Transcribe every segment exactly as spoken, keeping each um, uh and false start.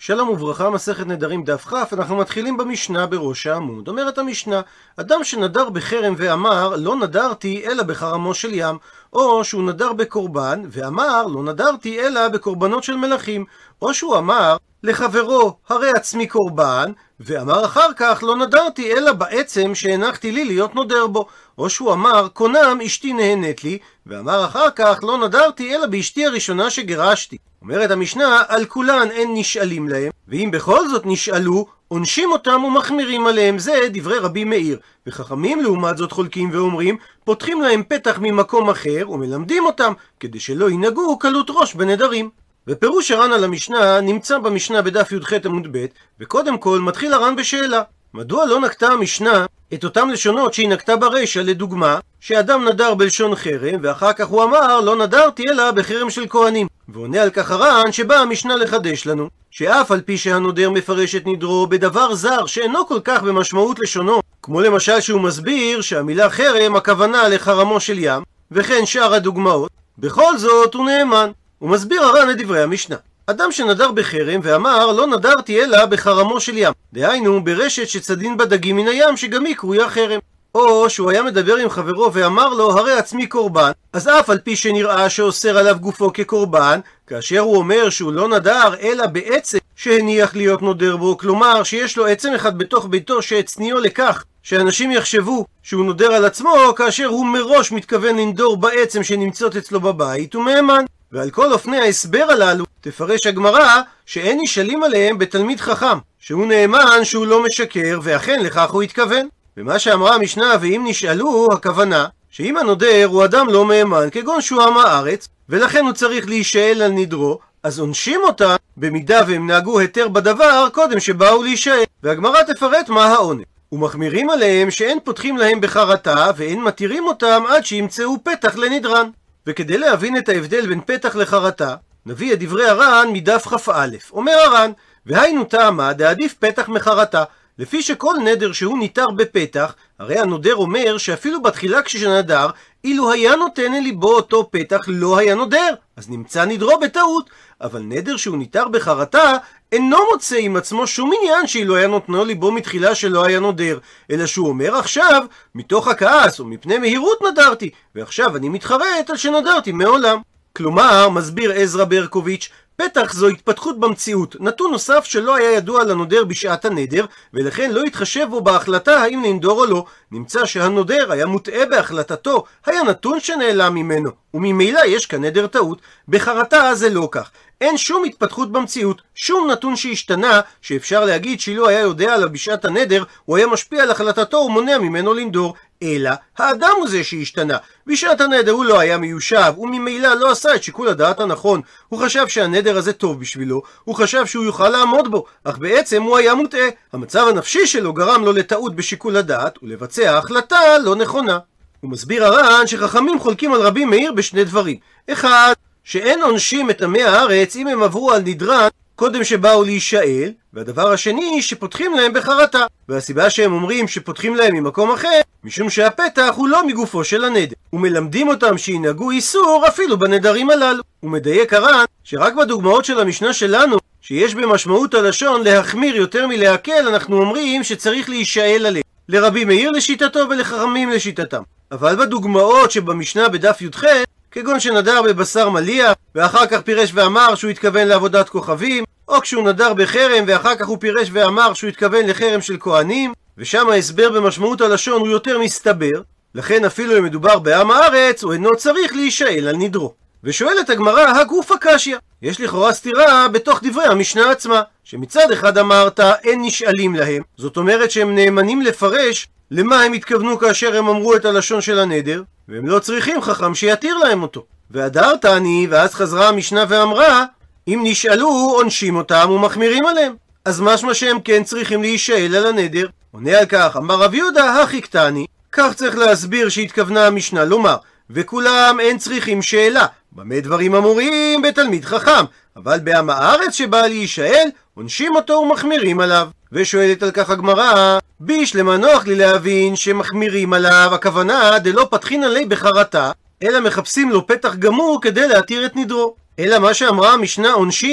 שלום וברכה, מסכת נדרים דף כ', אנחנו מתחילים במשנה בראש העמוד. אומרת המשנה, אדם שנדר בחרם ואמר לא נדרתי אלא בחרמו של ים, או שהוא נדר בקורבן ואמר לא נדרתי אלא בקורבנות של מלכים, או שהוא אמר לחברו הרי עצמי קורבן ואמר אחר כך לא נדרתי אלא בעצם שהנחתי לי להיות נודר בו, או שהוא אמר קונם אשתי נהנית לי ואמר אחר כך לא נדרתי אלא באשתי הראשונה שגירשתי. אומרת המשנה, על כולן אין נשאלים להם, ואם בכל זאת נשאלו, עונשים אותם ומחמירים עליהם. זה דברי רבי מאיר. וחכמים לעומת זאת חולקים ואומרים, פותחים להם פתח ממקום אחר ומלמדים אותם, כדי שלא ינהגו קלות ראש בנדרים. ופירוש הר"ן על המשנה נמצא במשנה בדף י"ח עמוד ב', וקודם כל מתחיל הר"ן בשאלה. מדוע לא נקטה המשנה את אותם לשונות שהיא נקטה ברשע, לדוגמה, שאדם נדר בלשון חרם, ואחר כך הוא אמר לא נדרתי אלא בחרם של כהנים. ועונה על כך הר"ן שבאה המשנה לחדש לנו, שאף על פי שהנודר מפרש את נדרו בדבר זר שאינו כל כך במשמעות לשונו, כמו למשל שהוא מסביר שהמילה חרם הכוונה לחרמו של ים, וכן שאר הדוגמאות, בכל זאת הוא נאמן. הוא מסביר הר"ן את דברי המשנה. אדם שנדר בחרם ואמר לא נדרתי אלא בחרמו של ים, דהיינו ברשת שצדין בדגים מן הים שגם היא קרויה חרם. או שהוא היה מדבר עם חברו ואמר לו הרי עצמי קורבן, אז אף על פי שנראה שאוסר עליו גופו כקורבן, כאשר הוא אומר שהוא לא נדר אלא בעצם שהניח להיות נודר בו, כלומר שיש לו עצם אחד בתוך ביתו שהצניעו לכך שאנשים יחשבו שהוא נודר על עצמו, כאשר הוא מראש מתכוון לנדור בעצם שנמצאות אצלו בבית, הוא מהימן. ועל כל אופני ההסבר הללו תפרש הגמרא שאין נשאלים עליהם בתלמיד חכם, שהוא נאמן שהוא לא משקר, ואכן לכך הוא התכוון. ומה שאמרה המשנה ואם נשאלו, הכוונה שאם הנודר הוא אדם לא מהימן כגון שהוא עם הארץ, ולכן הוא צריך להישאל על נדרו, אז עונשים אותה במידה והם נהגו היתר בדבר קודם שבאו להישאל. והגמרא תפרט מה העונש. ומחמירים עליהם שאין פותחים להם בחרטה ואין מתירים אותם עד שימצאו פתח לנדרן. וכדי להבין את ההבדל בין פתח לחרטה, נביא את דברי הר"ן מדף כ"א. אומר הר"ן, והיינו טעמה דעדיף פתח מחרטה, לפי שכל נדר שהוא ניתר בפתח, הרי הנודר אומר שאפילו בתחילה כשנדר, אילו היה נותן אל ליבו אותו פתח לא היה נודר, אז נמצא נדרו בטעות. אבל נדר שהוא ניתר בחרטה אינו מוצא עם עצמו שום עניין שאילו היה נותנו ליבו מתחילה שלא היה נודר, אלא שהוא אומר עכשיו מתוך הכעס או מפני מהירות נדרתי, ועכשיו אני מתחרט על שנדרתי מעולם. כלומר, מסביר עזרא ברקוביץ', פתח זו התפתחות במציאות, נתון נוסף שלא היה ידוע לנודר בשעת הנדר, ולכן לא התחשב בו בהחלטה האם לנדור או לא. נמצא שהנודר היה מוטעה בהחלטתו, היה נתון שנעלם ממנו, וממילא יש כאן נדר טעות. בחרטה זה לא כך, אין שום התפתחות במציאות, שום נתון שהשתנה שאפשר להגיד שאילו היה יודע עליו בשעת הנדר הוא היה משפיע על החלטתו ומונע ממנו לנדור, אלא האדם הוא זה שהשתנה. בשעת הנדר הוא לא היה מיושב, וממילא לא עשה את שיקול הדעת הנכון. הוא חשב שהנדר הזה טוב בשבילו, הוא חשב שהוא יוכל לעמוד בו, אך בעצם הוא היה מוטעה. המצב הנפשי שלו גרם לו לטעות בשיקול הדעת ולבצע החלטה לא נכונה. הוא מסביר הר"ן שחכמים חולקים על רבי מאיר בשני דברים. אחד, שאין עונשים את עמי הארץ אם הם עברו על נדרן קודם שבאו להישאל, והדבר השני שפותחים להם בחרטה, והסיבה שהם אומרים שפותחים להם ממקום אחר משום שהפתח הוא לא מגופו של הנדר, ומלמדים אותם שינהגו איסור אפילו בנדרים הללו. הוא מדייק הר"ן שרק בדוגמאות של המשנה שלנו שיש במשמעות הלשון להחמיר יותר מלהקל, אנחנו אומרים שצריך להישאל עליהם, לרבי מאיר לשיטתו ולחכמים לשיטתם. אבל בדוגמאות שבמשנה בדף י"ח, כגון שנדר בבשר מליח ואחר כך פירש ואמר שהוא התכוון לעבודת כוכבים, או כשהוא נדר בחרם ואחר כך הוא פירש ואמר שהוא התכוון לחרם של כהנים, ושם ההסבר במשמעות הלשון הוא יותר מסתבר, לכן אפילו אם מדובר בעם הארץ הוא אינו צריך להישאל על נדרו. ושואלת הגמרא, הגופה קשיא, יש לכאורה סתירה בתוך דברי המשנה עצמה, שמצד אחד אמרת אין נשאלים להם, זאת אומרת שהם נאמנים לפרש למה הם התכוונו כאשר הם אמרו את הלשון של הנדר, והם לא צריכים חכם שיתיר להם אותו. והדרת אני, ואז חזרה המשנה ואמרה אם נשאלו עונשים אותם ומחמירים עליהם, אז משמע שהם כן צריכים להישאל על הנדר. עונה על כך אמר רב יהודה הכי קטני, כך צריך להסביר שהתכוונה המשנה לומר וכולם אין צריכים שאלה, במה דברים אמורים בתלמיד חכם, אבל בעם הארץ שבא להישאל עונשים אותו ומחמירים עליו. ושואלת על כך הגמרא, בישלמה נוח לי להבין שמחמירים עליו הכוונה דלא פתחין עלי בחרטה, אלא מחפשים לו פתח גמור כדי להתיר את נדרו. אלא מה שאמרה המשנה עונשים,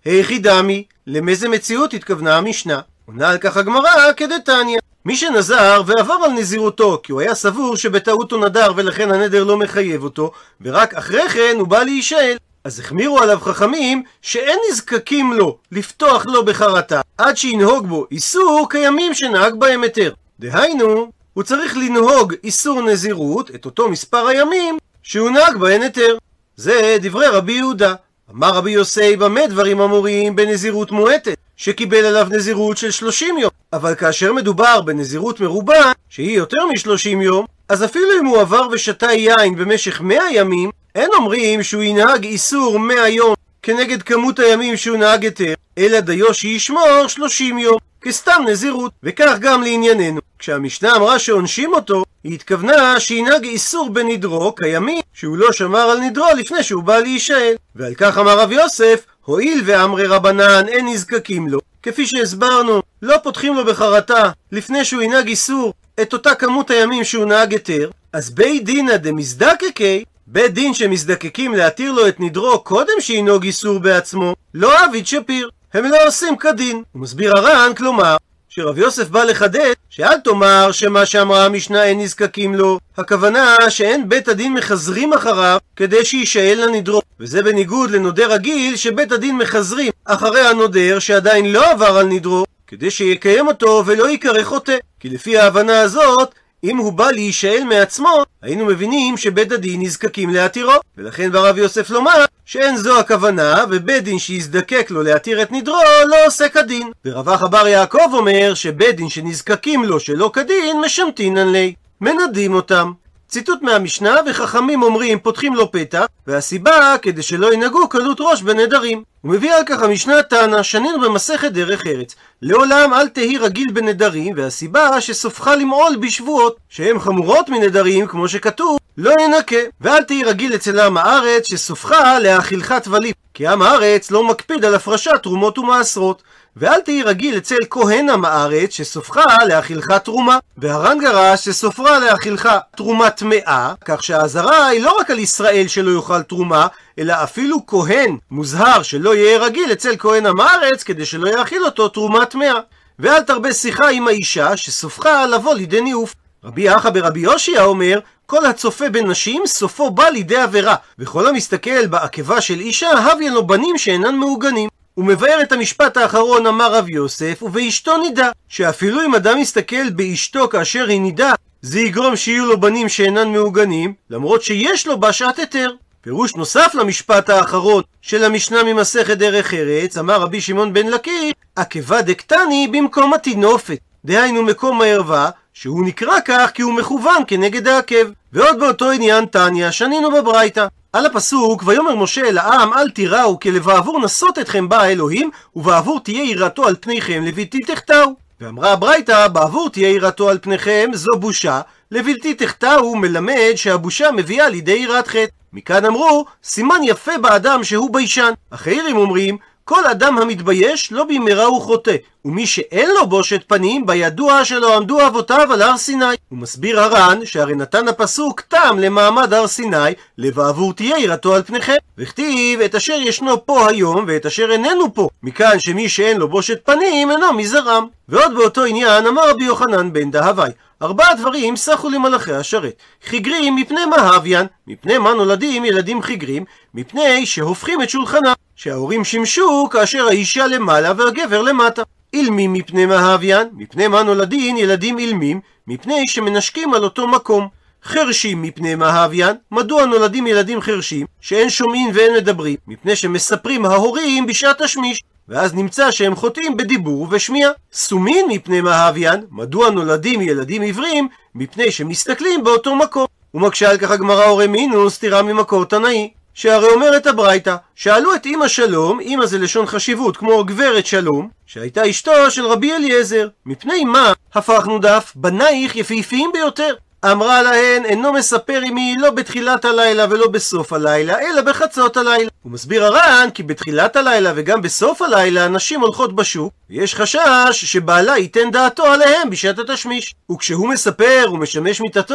היכי דמי, למאיזה מציאות התכוונה המשנה? עונה על כך הגמרא כדתניא. מי שנזר ועבר על נזירותו כי הוא היה סבור שבטעות הוא נדר ולכן הנדר לא מחייב אותו, ורק אחרי כן הוא בא להישאל, אז החמירו עליו חכמים שאין נזקקים לו לפתוח לו בחרטה עד שינהוג בו איסור קיימים שנהג בהם היתר. דהיינו, הוא צריך לנהוג איסור נזירות את אותו מספר הימים שהוא נהג בהן היתר. זה דברי רבי יהודה. אמר רבי יוסי, במה דברים אמורים בנזירות מועטת, שקיבל עליו נזירות של שלושים יום, אבל כאשר מדובר בנזירות מרובה שהיא יותר מ-שלושים יום, אז אפילו אם הוא עבר ושתה יין במשך מאה ימים, אין אומרים שהוא ינהג איסור מאה יום כנגד כמות הימים שהוא נהג היתר, אלא דיו שישמור שלושים יום כסתם נזירות. וכך גם לענייננו, כשהמשנה אמרה שעונשים אותו, היא התכוונה שינהג איסור בנדרו כימים שהוא לא שמר על נדרו לפני שהוא בא להישאל. ועל כך אמר רב יוסף, הואיל ואמרי רבנן אין נזקקים לו, כפי שהסברנו, לא פותחים לו בחרטה לפני שהוא ינהג איסור את אותה כמות הימים שהוא נהג היתר, אז בית דינא דמזדקקי, בית דין שמזדקקים להתיר לו את נדרו קודם שינהוג איסור בעצמו, לא עביד שפיר, הם לא עושים כדין. הוא מסביר הר"ן, כלומר שרב יוסף בא לחדד שאל תאמר שמה שאמרה המשנה אין נזקקים לו, הכוונה שאין בית הדין מחזרים אחריו כדי שישאל לנדרו, וזה בניגוד לנודר רגיל שבית הדין מחזרים אחרי הנודר שעדיין לא עבר על נדרו כדי שיקיים אותו ולא יקרא חוטא. כי לפי ההבנה הזאת, אם הוא בא להישאל מעצמו, היינו מבינים שבית הדין נזקקים להתירו, ולכן ברב יוסף לומר שאין זו הכוונה, ובית דין שיזדקק לו להתיר את נדרו לא עושה כדין. ורבח בר יעקב אומר שבית דין שנזקקים לו שלא כדין משמתינן לי, מנדים אותם. ציטוט מהמשנה, וחכמים אומרים פותחים לו פתח, והסיבה כדי שלא ינהגו קלות ראש בנדרים. הוא מביא על כך המשנה תנא, שנינו במסכת דרך ארץ, לעולם אל תהי רגיל בנדרים, והסיבה שסופך למעול בשבועות שהם חמורות מנדרים כמו שכתוב לא ינקה, ואל תהי רגיל אצל עם הארץ שסופך להאכילך טבלים, כי עם הארץ לא מקפיד על הפרשת תרומות ומעשרות. ואל תהי רגיל אצל כהן עם הארץ שסופך להאכילך תרומה, והר"ן גרש שסופרה להאכילך תרומה טמאה, כך שהאזהרה היא לא רק על ישראל שלא יאכל תרומה, אלא אפילו כהן מוזהר שלא יהיה רגיל אצל כהן עם הארץ כדי שלא יאכיל אותו תרומה טמאה. ואל תרבה שיחה עם האישה שסופך לבוא לידי ניאוף. רבי אחא ברבי יושיע אומר, כל הצופה בנשים סופו בא לידי עבירה, וכל המסתכל בעקבה של אישה הביאן לו בנים שאינן מעוגנים. הוא מבאר את המשפט האחרון, אמר רב יוסף, ובאשתו נידה, שאפילו אם אדם יסתכל באשתו כאשר היא נידה, זה יגרום שיהיו לו בנים שאינן מעוגנים, למרות שיש לו בה שעת היתר. פירוש נוסף למשפט האחרון של המשנה ממסכת דרך ארץ, אמר רבי שמעון בן לקיש, עקבה דקטני במקום התינופת, דהיינו מקום הערווה, שהוא נקרא כך כי הוא מכוון כנגד העקב. ועוד באותו עניין תניא, שנינו בברייתא, על הפסוק, ויאמר משה אל העם, אל תיראו כי לבעבור נסות אתכם בא האלוהים, ובעבור תהיה יראתו על פניכם לבלתי תחטאו. ואמרה הברייתא, בעבור תהיה יראתו על פניכם זו בושה, לבלתי תחטאו מלמד שהבושה מביאה לידי יראת חטא. מכאן אמרו, סימן יפה באדם שהוא ביישן. אחרים אומרים, כל אדם המתבייש לא במהרה הוא חוטא, ומי שאין לו בושת פנים בידוע שלא עמדו אבותיו על הר סיני. הוא מסביר הר"ן שהרי נתן הפסוק טעם למעמד הר סיני, לבעבור תהיה יראתו על פניכם, וכתיב את אשר ישנו פה היום ואת אשר איננו פה, מכאן שמי שאין לו בושת פנים אינו מזרם. ועוד באותו עניין אמר רבי יוחנן בן דהווי, ארבעה דברים סחו למלאכי השרת, חיגרים מפני מה הוויין, מפני מה נולדים ילדים חיגרים, מפני שהופכים את שולחנם, שההורים שימשו כאשר האישה למעלה והגבר למטה. אילמים מפני מה הוויין, מפני מה נולדים ילדים אילמים, מפני שמנשקים על אותו מקום. חרשים מפני מה הוויין, מדוע נולדים ילדים חרשים, שאין שומעים ואין מדברים, מפני שמספרים ההורים בשעת השמיש, ואז נמצא שהם חוטאים בדיבור ובשמיעה. סומין מפני מה הוויין, מדוע נולדים ילדים עיוורים, מפני שמסתכלים באותו מקום. ומקשה על כך הגמרא אורי מינוס סתירה ממקור תנאי, שהרי אומרת הברייתא, שאלו את אמא שלום, אמא זה לשון חשיבות כמו גברת שלום, שהייתה אשתו של רבי אליעזר, מפני מה הפכנו דף בנייך יפהפיים ביותר. אמרה להן, אינו מספר עמי לא בתחילת הלילה ולא בסוף הלילה, אלא בחצות הלילה. הוא מסביר הר"ן כי בתחילת הלילה וגם בסוף הלילה נשים הולכות בשוק, ויש חשש שבעלה ייתן דעתו עליהם בשעת התשמיש. וכשהוא מספר ומשמש מיטתו,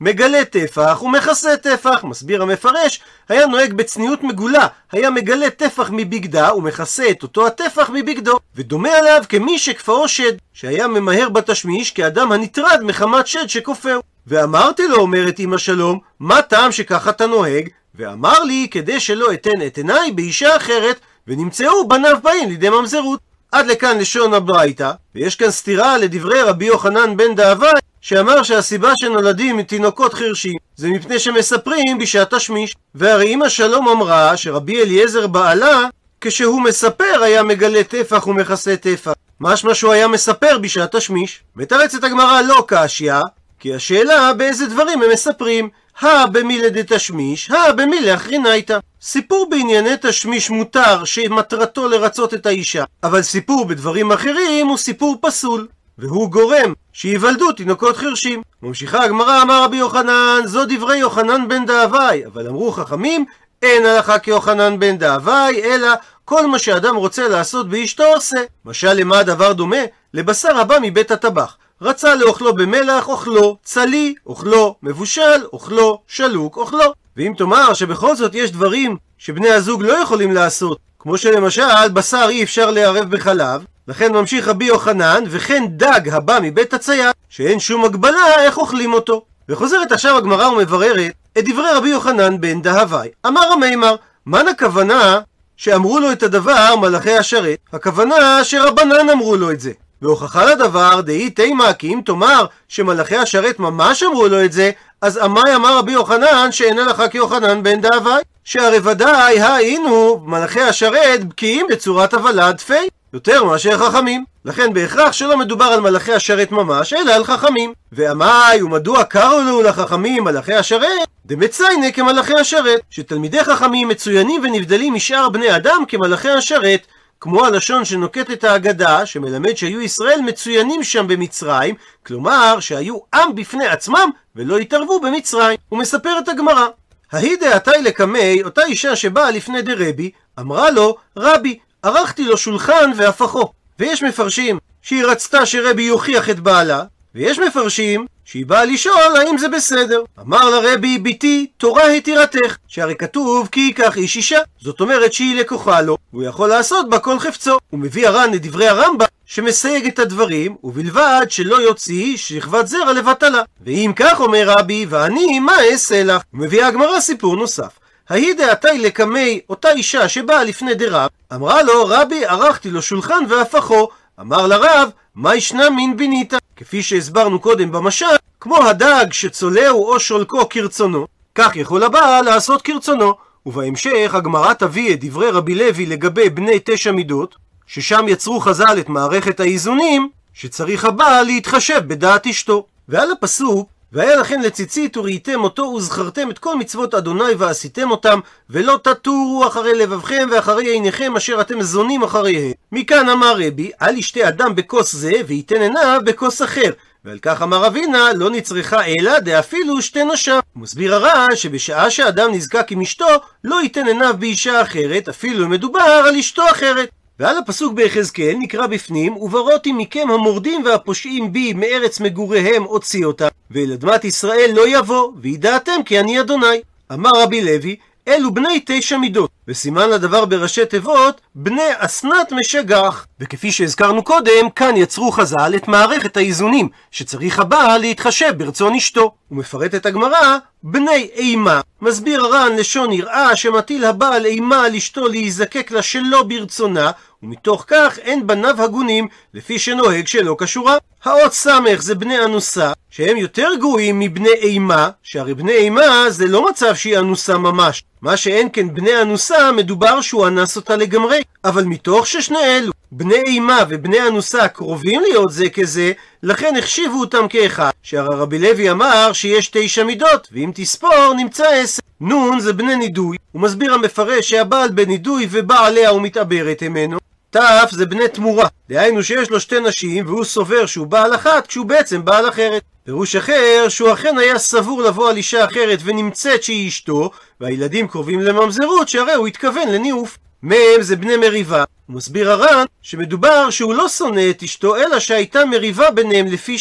מגלה טפח ומכסה טפח. מסביר המפרש, היה נוהג בצניעות מגולה, היה מגלה טפח מבגדה ומכסה את אותו הטפח מבגדו, ודומה עליו כמי שכפאו שד, שהיה ממהר בתשמיש כאדם הנטרד מחמת שד שכופהו. ואמרתי לו, אומרת אמא שלום, מה טעם שככה אתה נוהג? ואמר לי, כדי שלא אתן את עיניי באישה אחרת, ונמצאו בניו באים לידי ממזרות. עד לכאן לשון הברייתא, ויש כאן סתירה לדברי רבי יוחנן בן דהווי, שאמר שהסיבה שנולדים מתינוקות חירשים זה מפני שמספרים בשעת השמיש. והרי אמא שלום אמרה שרבי אליעזר בעלה, כשהוא מספר היה מגלה טפח ומכסה טפח, משמע שהוא היה מספר בשעת השמיש. מתרצת הגמרא לא קשיא, כי השאלה באיזה דברים הם מספרים. הא במילי דתשמיש, הא במילי אחרינייתא. סיפור בענייני תשמיש מותר שמטרתו לרצות את האישה, אבל סיפור בדברים אחרים הוא סיפור פסול, והוא גורם שיוולדו תינוקות חירשים. ממשיכה הגמרא, אמר רבי יוחנן, זו דברי יוחנן בן דהווי, אבל אמרו חכמים, אין הלכה כיוחנן בן דהווי, אלא כל מה שאדם רוצה לעשות באשתו עושה. משל למה הדבר דומה? לבשר הבא מבית הטבח. רצה לאוכלו במלח, אוכלו, צלי, אוכלו, מבושל, אוכלו, שלוק, אוכלו. ואם תאמר שבכל זאת יש דברים שבני הזוג לא יכולים לעשות, כמו שלמשל בשר אי אפשר לערב בחלב, לכן ממשיך רבי יוחנן, וכן דג הבא מבית הצייד, שאין שום הגבלה איך אוכלים אותו. וחוזרת עכשיו הגמרא ומבררת את דברי רבי יוחנן בן דהווי. אמר המימר, מן הכוונה שאמרו לו את הדבר מלאכי השרת? הכוונה שרבנן אמרו לו את זה. והוכחה לדבר דהי תימה, כי אם תאמר שמלאכי השרת ממש אמרו לו את זה, אז אמי אמר רבי יוחנן שאין הלכה כיוחנן בן דהווי, שהרי ודאי היינו מלאכי השרת בקיאים בצורת הוולד דפי יותר מאשר חכמים, לכן בהכרח שלא מדובר על מלאכי השרת ממש, אלא על חכמים. ואמי ומדוע קראו לו לחכמים מלאכי השרת? דמציינה כמלאכי השרת, שתלמידי חכמים מצוינים ונבדלים משאר בני אדם כמלאכי השרת, כמו הלשון שנוקטת האגדה, שמלמד שהיו ישראל מצוינים שם במצרים, כלומר שהיו עם בפני עצמם ולא התערבו במצרים. ומספרת הגמרא, ההיא דעתי לקמי, אותה אישה שבאה לפני דרבי, אמרה לו, רבי, ערכתי לו שולחן והפכו. ויש מפרשים שהיא רצתה שרבי יוכיח את בעלה, ויש מפרשים שהיא באה לשאול האם זה בסדר. אמר לרבי, ביתי, תורה התירתך, שהרי כתוב כי ייקח איש אישה, זאת אומרת שהיא לקוחה לו, והוא יכול לעשות בה כל חפצו. הוא מביא הר"ן לדברי הרמב"ם שמסייג את הדברים, ובלבד שלא יוציא שכבת זרע לבטלה. ואם כך אומר רבי, ואני מה אעשה לך? הוא מביא הגמרא סיפור נוסף. ההיא דעתי לקמי, אותה אישה שבאה לפני דרב, אמרה לו, רבי, ערכתי לו שולחן והפכו. אמר לרב, מה ישנה מין בינית? כפי שהסברנו קודם במשל, כמו הדג שצולהו או שולקו כרצונו, כך יכול הבעל לעשות כרצונו. ובהמשך הגמרא תביא את דברי רבי לוי לגבי בני תשע מידות, ששם יצרו חז"ל את מערכת האיזונים שצריך הבעל להתחשב בדעת אשתו. ועל הפסוק, והיה לכן לציצית וראיתם אותו וזכרתם את כל מצוות אדוני ועשיתם אותם, ולא תטורו אחרי לבבכם ואחרי עיניכם אשר אתם זונים אחריהם. מכאן אמר רבי, אל ישתה אדם בכוס זה וייתן עיניו בכוס אחר, ועל כך אמר אבינה, לא נצרכה אלא דאפילו שתי נשיו. הוא מסביר הר"ן שבשעה שאדם נזקק עם אשתו, לא ייתן עיניו באישה אחרת, אפילו אם מדובר על אשתו אחרת. ועל הפסוק ביחזקאל נקרא בפנים, ובראתי מכם המורדים והפושעים בי מארץ מגוריהם הוציא אותם, ואל אדמת ישראל לא יבוא, וידעתם כי אני אדוני. אמר רבי לוי, אלו בני תשע מידות, וסימן לדבר בראשי תיבות, בני אסנת משגח. וכפי שהזכרנו קודם, כאן יצרו חז"ל את מערכת האיזונים, שצריך הבעל להתחשב ברצון אשתו. ומפרט את הגמרא, בני אימה. מסביר הר"ן לשון יראה שמטיל הבעל אימה על אשתו להיזקק לה שלא ברצונה, ומתוך כך אין בניו הגונים, לפי שנוהג שלא כשורה. האות סמך זה בני אנוסה, שהם יותר גרועים מבני אימה, שהרי בני אימה זה לא מצב שהיא אנוסה ממש. מה שאין כן בני אנוסה מדובר שהוא אנס אותה לגמרי. אבל מתוך ששני אלו, בני אימה ובני אנוסה קרובים להיות זה כזה, לכן החשיבו אותם כאחד, שהרי רבי לוי אמר שיש תשע מידות, ואם תספור נמצא עשר. נון זה בני נידוי, הוא מסביר המפרש שהבעל בנידוי ובא עליה ומתעברת ממנו. תף זה בני תמורה, דהיינו שיש לו שתי נשים והוא סובר שהוא בעל אחת כשהוא בעצם בעל אחרת. פירוש אחר שהוא אכן היה סבור לבוא על אישה אחרת ונמצאת שהיא אשתו, והילדים קרובים לממזרות שהרי הוא התכוון לניאוף. מהם זה בני מריבה. הוא מסביר הר"ן שמדובר שהוא לא שונא את אשתו אלא שהייתה מריבה ביניהם לפי שעה.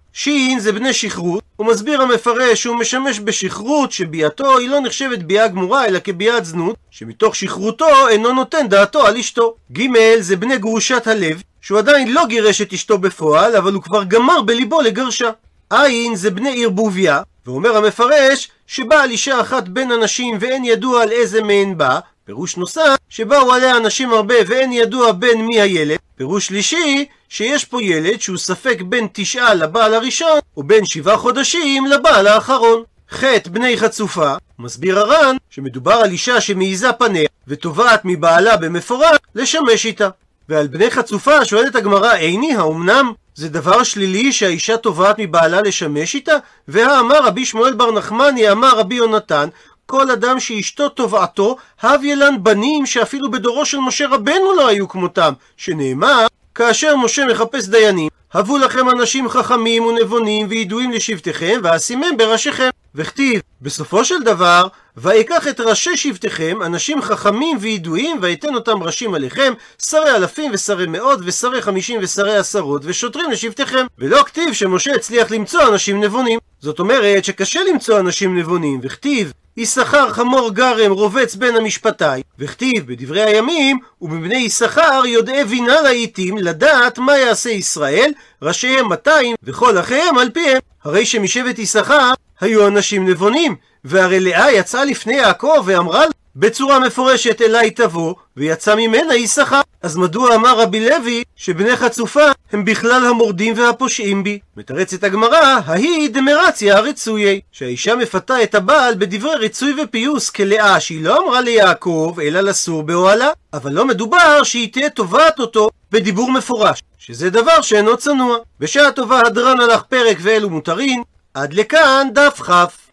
שין זה בני שכרות, ומסביר המפרש שהוא משמש בשכרות שביאתו היא לא נחשבת ביאה גמורה אלא כביאת זנות, שמתוך שכרותו אינו נותן דעתו על אשתו. ג' זה בני גרושת הלב, שהוא עדיין לא גירש את אשתו בפועל, אבל הוא כבר גמר בליבו לגרשה. עין זה בני ערבוביה, ואומר המפרש שבא על אישה אחת בין אנשים ואין ידוע על איזה מהן בא, פירוש נוסף שבאו עליה אנשים הרבה ואין ידוע בין מי הילד, פירוש שלישי שיש פה ילד שהוא ספק בין תשעה לבעל הראשון ובין שבעה חודשים לבעל האחרון. חטא בני חצופה, מסביר הר"ן שמדובר על אישה שמעיזה פניה ותובעת מבעלה במפורש לשמש איתה. ועל בני חצופה שואלת הגמרא, איני האומנם? זה דבר שלילי שהאישה תובעת מבעלה לשמש איתה? והאמר רבי שמואל בר נחמני אמר רבי יונתן, כל אדם שאשתו תובעתו, הביא לן בנים שאפילו בדורו של משה רבנו לא היו כמותם, שנאמר, כאשר משה מחפש דיינים, הבו לכם אנשים חכמים ונבונים וידועים לשבטיכם, ואשימם בראשיכם. וכתיב, בסופו של דבר, ויקח את ראשי שבטיכם, אנשים חכמים וידועים, ויתן אותם ראשים עליכם, שרי אלפים ושרי מאות ושרי חמישים ושרי עשרות, ושוטרים לשבטיכם. ולא כתיב שמשה הצליח למצוא אנשים נבונים. זאת אומרת שקשה למצוא אנשים נבונים, וכתיב, יששכר חמור גרם רובץ בין המשפטיים, וכתיב בדברי הימים, ובבני יששכר יודעי בינה לעיתים לדעת מה יעשה ישראל, ראשיהם מאתיים וכל אחיהם על פיהם. הרי שמשבט יששכר היו אנשים נבונים, והרי לאה יצאה לפני יעקב ואמרה בצורה מפורשת אליי תבוא, ויצא ממנה יששכר. אז מדוע אמר רבי לוי שבני חצופה הם בכלל המורדים והפושעים בי? מתרצת הגמרא, ההיא דמרציה הרצויי, שהאישה מפתה את הבעל בדברי ריצוי ופיוס כלאה, שהיא לא אמרה ליעקב אלא לסור באוהלה, אבל לא מדובר שהיא תהיה תובעת אותו בדיבור מפורש, שזה דבר שאינו צנוע. בשעה טובה הדרן הלך פרק ואלו מותרין. עד לכאן דף כ'.